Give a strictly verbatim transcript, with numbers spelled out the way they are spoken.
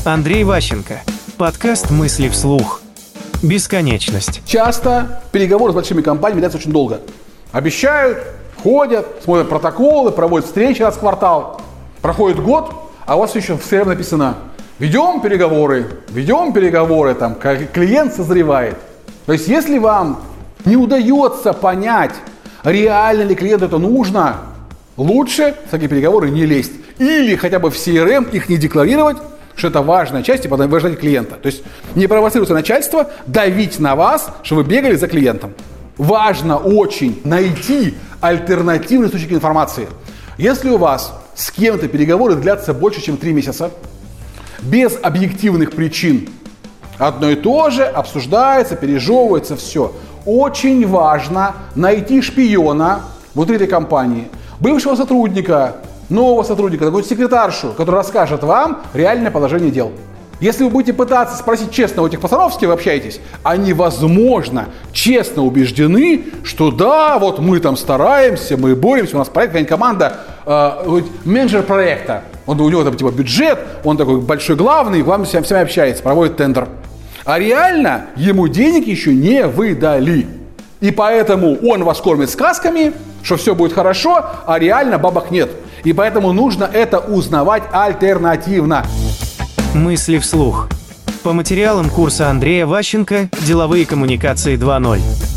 Андрей Ващенко. Подкаст «Мысли вслух». Бесконечность. Часто переговоры с большими компаниями длятся очень долго. Обещают, ходят, смотрят протоколы, проводят встречи раз в квартал. Проходит год, а у вас еще в си эр эм написано: ведем переговоры, ведем переговоры, там клиент созревает. То есть если вам не удается понять, реально ли клиенту это нужно, лучше в такие переговоры не лезть. Или хотя бы в си эр эм их не декларировать, что это важная часть, и потом вы ждете клиента. То есть не провоцируйте начальство давить на вас, что вы бегали за клиентом. Важно очень найти альтернативные источники информации. Если у вас с кем-то переговоры длятся больше, чем три месяца, без объективных причин, одно и то же обсуждается, пережевывается, все. Очень важно найти шпиона внутри этой компании, бывшего сотрудника, нового сотрудника, такую секретаршу, которая расскажет вам реальное положение дел. Если вы будете пытаться спросить честно у этих пацанов, с кем вы общаетесь, они, возможно, честно убеждены, что да, вот мы там стараемся, мы боремся, у нас проект, какая-нибудь команда, э, менеджер проекта, он, у него там типа бюджет, он такой большой главный, главный с всеми общается, проводит тендер. А реально ему денег еще не выдали. И поэтому он вас кормит сказками, что все будет хорошо, а реально бабок нет. И поэтому нужно это узнавать альтернативно. Мысли вслух. По материалам курса Андрея Ващенко «Деловые коммуникации два ноль».